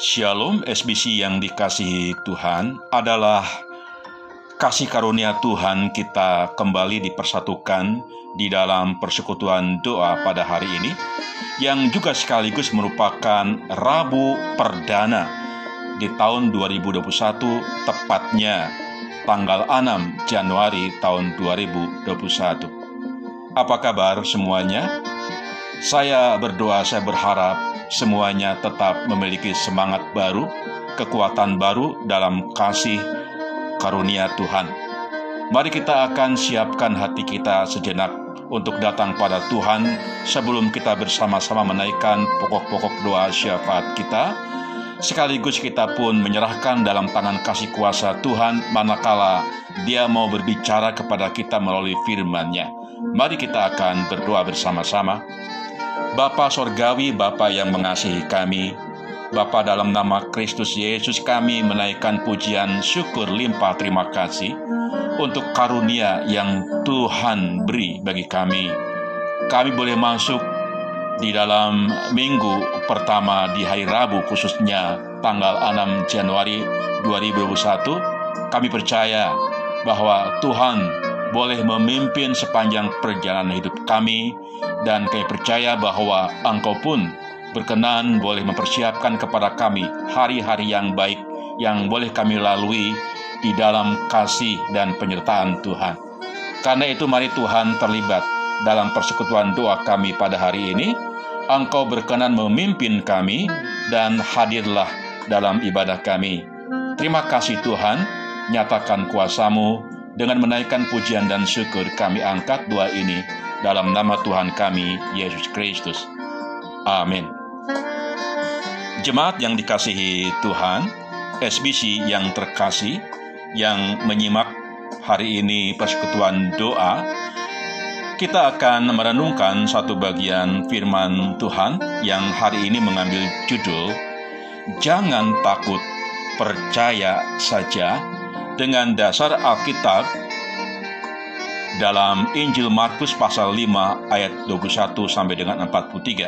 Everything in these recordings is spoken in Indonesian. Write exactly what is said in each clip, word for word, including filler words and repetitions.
Shalom S B C yang dikasihi Tuhan, adalah kasih karunia Tuhan kita kembali dipersatukan di dalam persekutuan doa pada hari ini, yang juga sekaligus merupakan Rabu Perdana di tahun dua ribu dua puluh satu, tepatnya tanggal enam Januari tahun dua ribu dua puluh satu. Apa kabar semuanya? Saya berdoa, saya berharap semuanya tetap memiliki semangat baru, kekuatan baru dalam kasih karunia Tuhan. Mari kita akan siapkan hati kita sejenak untuk datang pada Tuhan sebelum kita bersama-sama menaikkan pokok-pokok doa syafaat kita. Sekaligus kita pun menyerahkan dalam tangan kasih kuasa Tuhan manakala Dia mau berbicara kepada kita melalui firman-Nya. Mari kita akan berdoa bersama-sama. Bapa Sorgawi, Bapa yang mengasihi kami, Bapa, dalam nama Kristus Yesus kami menaikkan pujian, syukur, limpah terima kasih untuk karunia yang Tuhan beri bagi kami. Kami boleh masuk di dalam minggu pertama di hari Rabu, khususnya tanggal enam Januari dua ribu dua puluh satu. Kami percaya bahwa Tuhan boleh memimpin sepanjang perjalanan hidup kami, dan kami percaya bahwa Engkau pun berkenan boleh mempersiapkan kepada kami hari-hari yang baik yang boleh kami lalui di dalam kasih dan penyertaan Tuhan. Karena itu mari Tuhan terlibat dalam persekutuan doa kami pada hari ini. Engkau berkenan memimpin kami dan hadirlah dalam ibadah kami. Terima kasih Tuhan, nyatakan kuasa-Mu. Dengan menaikkan pujian dan syukur kami angkat doa ini dalam nama Tuhan kami, Yesus Kristus. Amin. Jemaat yang dikasihi Tuhan, S B C yang terkasih, yang menyimak hari ini persekutuan doa, kita akan merenungkan satu bagian firman Tuhan yang hari ini mengambil judul Jangan Takut, Percaya Saja, dengan dasar Alkitab dalam Injil Markus pasal lima ayat dua puluh satu sampai dengan empat puluh tiga.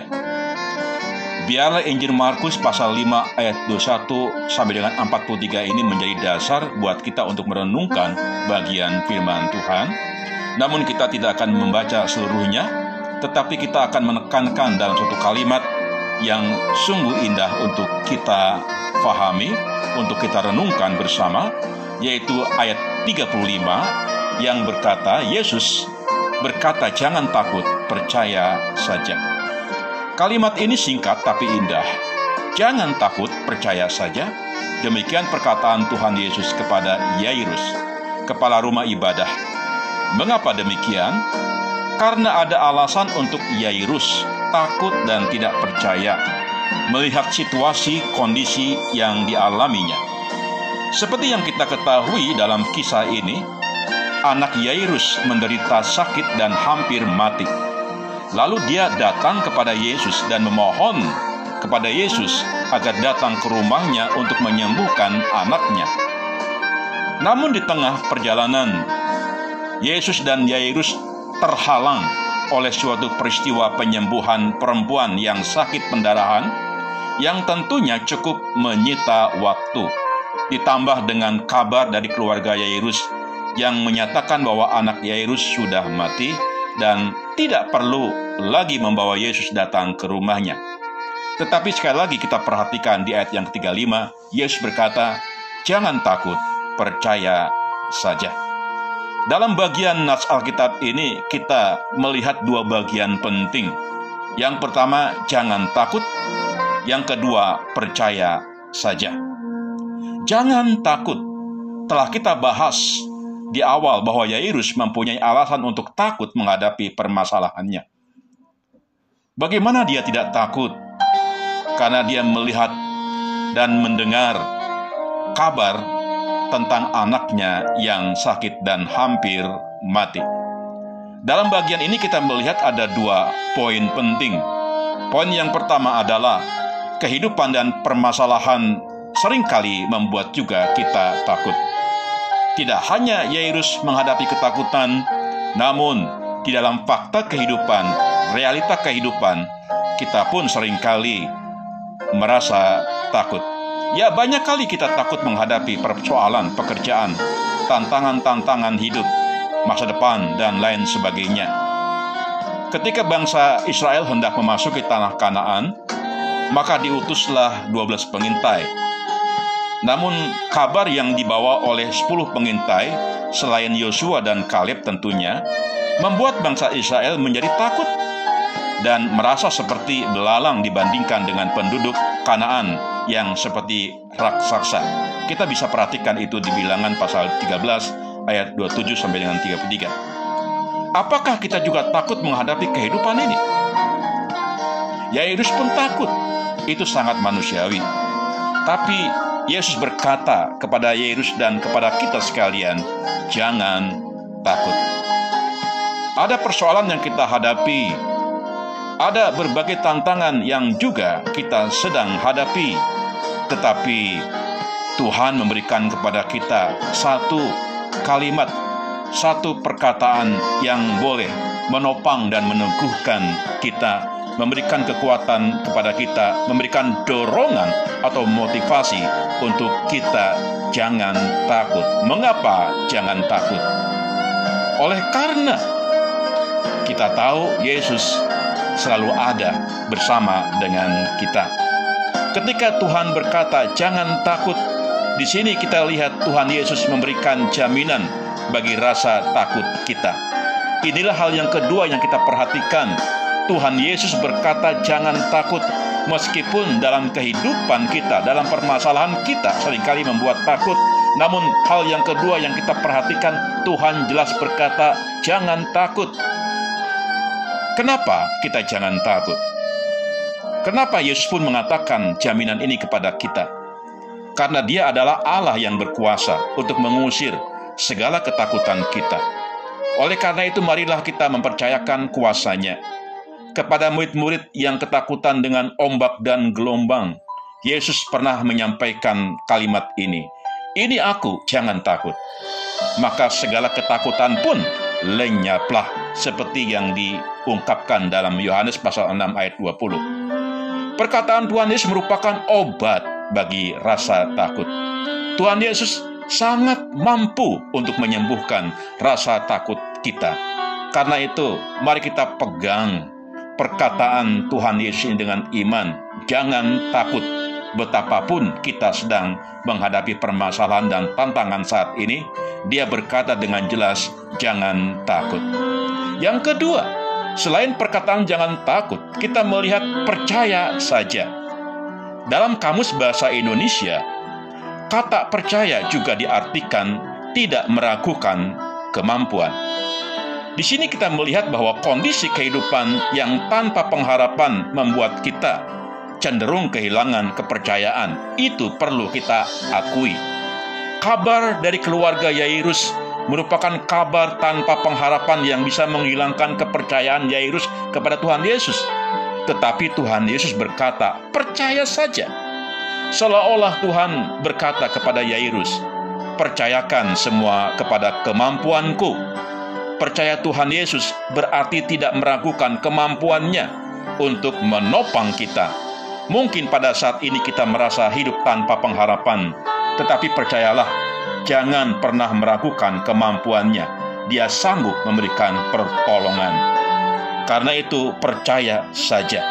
Biarlah Injil Markus pasal lima ayat dua puluh satu sampai dengan empat puluh tiga ini menjadi dasar buat kita untuk merenungkan bagian firman Tuhan. Namun kita tidak akan membaca seluruhnya, tetapi kita akan menekankan dalam suatu kalimat yang sungguh indah untuk kita fahami, untuk kita renungkan bersama, yaitu ayat tiga puluh lima yang berkata, Yesus berkata, jangan takut, percaya saja. Kalimat ini singkat tapi indah. Jangan takut, percaya saja. Demikian perkataan Tuhan Yesus kepada Yairus, kepala rumah ibadah. Mengapa demikian? Karena ada alasan untuk Yairus takut dan tidak percaya melihat situasi kondisi yang dialaminya. Seperti yang kita ketahui dalam kisah ini, anak Yairus menderita sakit dan hampir mati. Lalu dia datang kepada Yesus dan memohon kepada Yesus agar datang ke rumahnya untuk menyembuhkan anaknya. Namun di tengah perjalanan, Yesus dan Yairus terhalang oleh suatu peristiwa penyembuhan perempuan yang sakit pendarahan, yang tentunya cukup menyita waktu. Ditambah dengan kabar dari keluarga Yairus yang menyatakan bahwa anak Yairus sudah mati dan tidak perlu lagi membawa Yesus datang ke rumahnya. Tetapi sekali lagi kita perhatikan di ayat yang ketiga puluh lima, Yesus berkata, jangan takut, percaya saja. Dalam bagian nats Alkitab ini kita melihat dua bagian penting. Yang pertama, jangan takut. Yang kedua, percaya saja. Jangan takut. Telah kita bahas di awal bahwa Yairus mempunyai alasan untuk takut menghadapi permasalahannya. Bagaimana dia tidak takut? Karena dia melihat dan mendengar kabar tentang anaknya yang sakit dan hampir mati. Dalam bagian ini kita melihat ada dua poin penting. Poin yang pertama adalah kehidupan dan permasalahan seringkali membuat juga kita takut. Tidak hanya Yairus menghadapi ketakutan, namun di dalam fakta kehidupan, realita kehidupan, kita pun seringkali merasa takut. Ya, banyak kali kita takut menghadapi persoalan pekerjaan, tantangan-tantangan hidup, masa depan, dan lain sebagainya. Ketika bangsa Israel hendak memasuki tanah Kanaan, maka diutuslah dua belas pengintai. Namun kabar yang dibawa oleh sepuluh pengintai, selain Yosua dan Kaleb tentunya, membuat bangsa Israel menjadi takut dan merasa seperti belalang dibandingkan dengan penduduk Kanaan yang seperti raksasa. Kita bisa perhatikan itu di Bilangan pasal tiga belas ayat dua puluh tujuh sampai dengan tiga puluh tiga. Apakah kita juga takut menghadapi kehidupan ini? Yairus pun takut. Itu sangat manusiawi. Tapi Yesus berkata kepada Yairus dan kepada kita sekalian, jangan takut. Ada persoalan yang kita hadapi. Ada berbagai tantangan yang juga kita sedang hadapi. Tetapi Tuhan memberikan kepada kita satu kalimat, satu perkataan yang boleh menopang dan meneguhkan kita, memberikan kekuatan kepada kita, memberikan dorongan atau motivasi untuk kita jangan takut. Mengapa jangan takut? Oleh karena kita tahu Yesus selalu ada bersama dengan kita. Ketika Tuhan berkata jangan takut, di sini kita lihat Tuhan Yesus memberikan jaminan bagi rasa takut kita. Inilah hal yang kedua yang kita perhatikan. Tuhan Yesus berkata jangan takut, meskipun dalam kehidupan kita, dalam permasalahan kita seringkali membuat takut. Namun hal yang kedua yang kita perhatikan, Tuhan jelas berkata jangan takut. Kenapa kita jangan takut? Kenapa Yesus pun mengatakan jaminan ini kepada kita? Karena Dia adalah Allah yang berkuasa untuk mengusir segala ketakutan kita. Oleh karena itu, marilah kita mempercayakan kuasa-Nya. Kepada murid-murid yang ketakutan dengan ombak dan gelombang, Yesus pernah menyampaikan kalimat ini, "Ini aku, jangan takut." Maka segala ketakutan pun lenyaplah, seperti yang diungkapkan dalam Yohanes pasal enam ayat dua puluh. Perkataan Tuhan Yesus merupakan obat bagi rasa takut. Tuhan Yesus sangat mampu untuk menyembuhkan rasa takut kita. Karena itu, mari kita pegang perkataan Tuhan Yesus ini dengan iman. Jangan takut. Betapapun kita sedang menghadapi permasalahan dan tantangan saat ini, Dia berkata dengan jelas, jangan takut. Yang kedua, selain perkataan jangan takut, kita melihat percaya saja. Dalam Kamus Bahasa Indonesia, kata percaya juga diartikan tidak meragukan kemampuan. Di sini kita melihat bahwa kondisi kehidupan yang tanpa pengharapan membuat kita cenderung kehilangan kepercayaan. Itu perlu kita akui. Kabar dari keluarga Yairus merupakan kabar tanpa pengharapan yang bisa menghilangkan kepercayaan Yairus kepada Tuhan Yesus. Tetapi Tuhan Yesus berkata, percaya saja. Seolah-olah Tuhan berkata kepada Yairus, percayakan semua kepada kemampuanku. Percaya Tuhan Yesus berarti tidak meragukan kemampuannya untuk menopang kita. Mungkin pada saat ini kita merasa hidup tanpa pengharapan, tetapi percayalah, jangan pernah meragukan kemampuannya. Dia sanggup memberikan pertolongan. Karena itu percaya saja.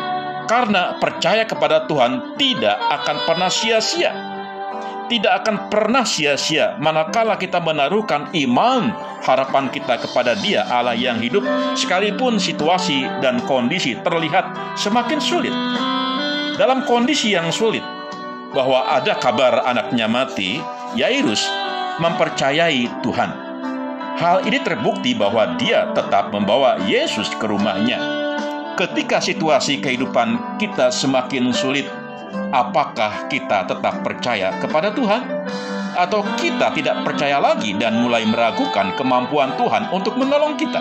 Karena percaya kepada Tuhan tidak akan pernah sia-sia. Tidak akan pernah sia-sia manakala kita menaruhkan iman, harapan kita kepada Dia, Allah yang hidup, sekalipun situasi dan kondisi terlihat semakin sulit. Dalam kondisi yang sulit, bahwa ada kabar anaknya mati, Yairus mempercayai Tuhan. Hal ini terbukti bahwa dia tetap membawa Yesus ke rumahnya. Ketika situasi kehidupan kita semakin sulit, apakah kita tetap percaya kepada Tuhan? Atau kita tidak percaya lagi dan mulai meragukan kemampuan Tuhan untuk menolong kita?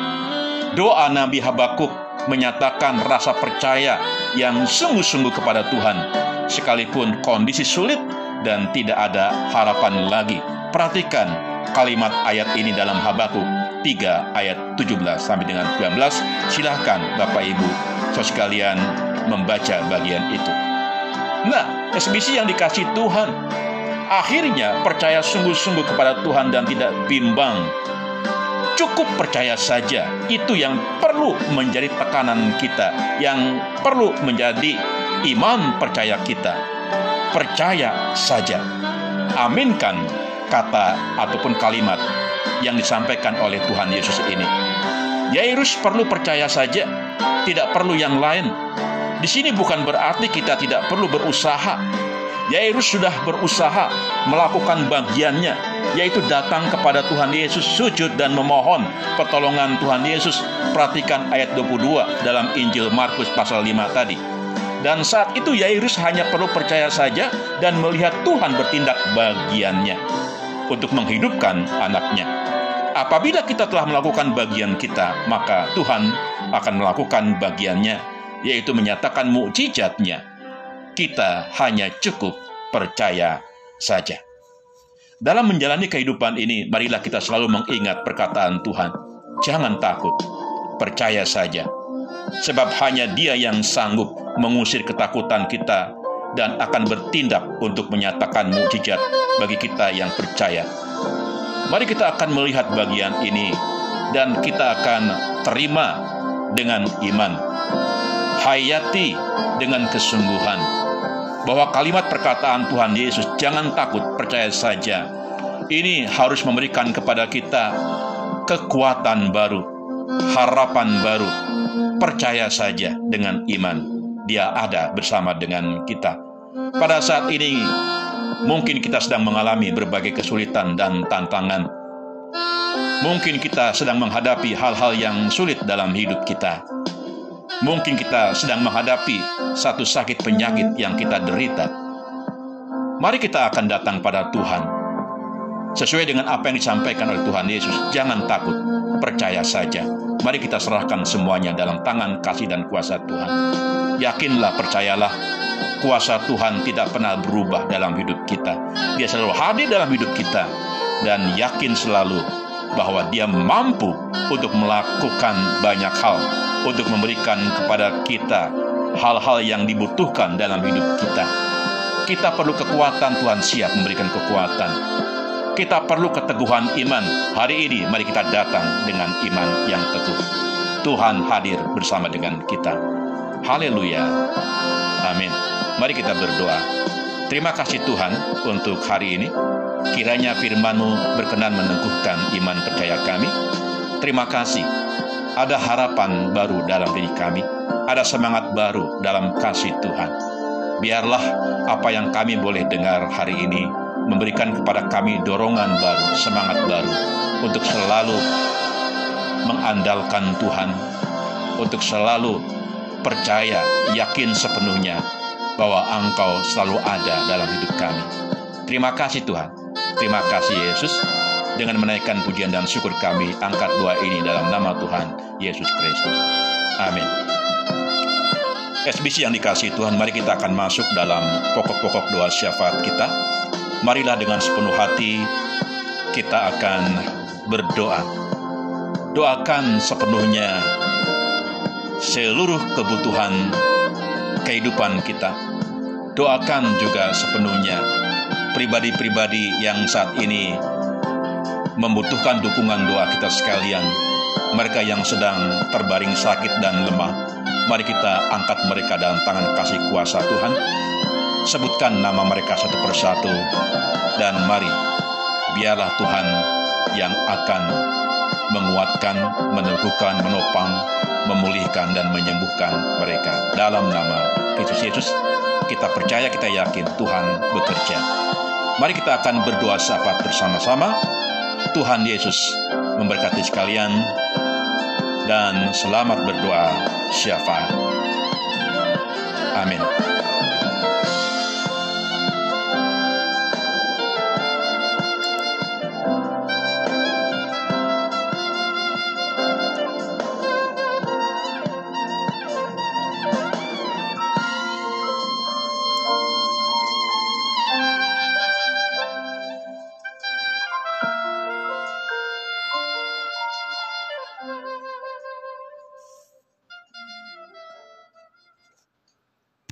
Doa Nabi Habakuk menyatakan rasa percaya yang sungguh-sungguh kepada Tuhan, sekalipun kondisi sulit dan tidak ada harapan lagi. Perhatikan kalimat ayat ini dalam Habakuk tiga ayat tujuh belas sampai dengan sembilan belas. Silahkan Bapak Ibu saudara sekalian membaca bagian itu. Nah, S B C yang dikasih Tuhan, akhirnya percaya sungguh-sungguh kepada Tuhan dan tidak bimbang. Cukup percaya saja, itu yang perlu menjadi tekanan kita, yang perlu menjadi iman percaya kita. Percaya saja. Aminkan kata ataupun kalimat yang disampaikan oleh Tuhan Yesus ini. Yairus perlu percaya saja, tidak perlu yang lain. Di sini bukan berarti kita tidak perlu berusaha. Yairus sudah berusaha melakukan bagiannya, yaitu datang kepada Tuhan Yesus, sujud dan memohon pertolongan Tuhan Yesus. Perhatikan ayat dua puluh dua dalam Injil Markus pasal lima tadi. Dan saat itu Yairus hanya perlu percaya saja dan melihat Tuhan bertindak bagiannya untuk menghidupkan anaknya. Apabila kita telah melakukan bagian kita, maka Tuhan akan melakukan bagiannya, yaitu menyatakan mukjizatnya. Kita hanya cukup percaya saja. Dalam menjalani kehidupan ini, marilah kita selalu mengingat perkataan Tuhan. Jangan takut, percaya saja. Sebab hanya Dia yang sanggup mengusir ketakutan kita dan akan bertindak untuk menyatakan mukjizat bagi kita yang percaya. Mari kita akan melihat bagian ini dan kita akan terima dengan iman. Hayati dengan kesungguhan bahwa kalimat perkataan Tuhan Yesus, jangan takut, percaya saja, ini harus memberikan kepada kita kekuatan baru, harapan baru. Percaya saja dengan iman, Dia ada bersama dengan kita. Pada saat ini mungkin kita sedang mengalami berbagai kesulitan dan tantangan. Mungkin kita sedang menghadapi hal-hal yang sulit dalam hidup kita. Mungkin kita sedang menghadapi satu sakit penyakit yang kita derita. Mari kita akan datang pada Tuhan sesuai dengan apa yang disampaikan oleh Tuhan Yesus. Jangan takut, percaya saja. Mari kita serahkan semuanya dalam tangan kasih dan kuasa Tuhan. Yakinlah, percayalah, kuasa Tuhan tidak pernah berubah dalam hidup kita. Dia selalu hadir dalam hidup kita. Dan yakin selalu bahwa Dia mampu untuk melakukan banyak hal, untuk memberikan kepada kita hal-hal yang dibutuhkan dalam hidup kita. Kita perlu kekuatan, Tuhan siap memberikan kekuatan. Kita perlu keteguhan iman. Hari ini mari kita datang dengan iman yang teguh. Tuhan hadir bersama dengan kita. Haleluya. Amin. Mari kita berdoa. Terima kasih Tuhan untuk hari ini. Kiranya firman-Mu berkenan meneguhkan iman percaya kami. Terima kasih. Ada harapan baru dalam diri kami. Ada semangat baru dalam kasih Tuhan. Biarlah apa yang kami boleh dengar hari ini memberikan kepada kami dorongan baru, semangat baru untuk selalu mengandalkan Tuhan, untuk selalu percaya, yakin sepenuhnya bahwa Engkau selalu ada dalam hidup kami. Terima kasih Tuhan. Terima kasih Yesus. Dengan menaikkan pujian dan syukur kami angkat doa ini dalam nama Tuhan Yesus Kristus. Amin. S B C yang dikasihi Tuhan, mari kita akan masuk dalam pokok-pokok doa syafaat kita. Marilah dengan sepenuh hati kita akan berdoa. Doakan sepenuhnya seluruh kebutuhan kehidupan kita. Doakan juga sepenuhnya pribadi-pribadi yang saat ini membutuhkan dukungan doa kita sekalian. Mereka yang sedang terbaring sakit dan lemah, mari kita angkat mereka dalam tangan kasih kuasa Tuhan. Sebutkan nama mereka satu persatu, dan mari biarlah Tuhan yang akan menguatkan, meneguhkan, menopang, memulihkan, dan menyembuhkan mereka. Dalam nama Kristus Yesus, kita percaya, kita yakin Tuhan bekerja. Mari kita akan berdoa syafaat bersama-sama. Tuhan Yesus memberkati sekalian, dan selamat berdoa syafaat.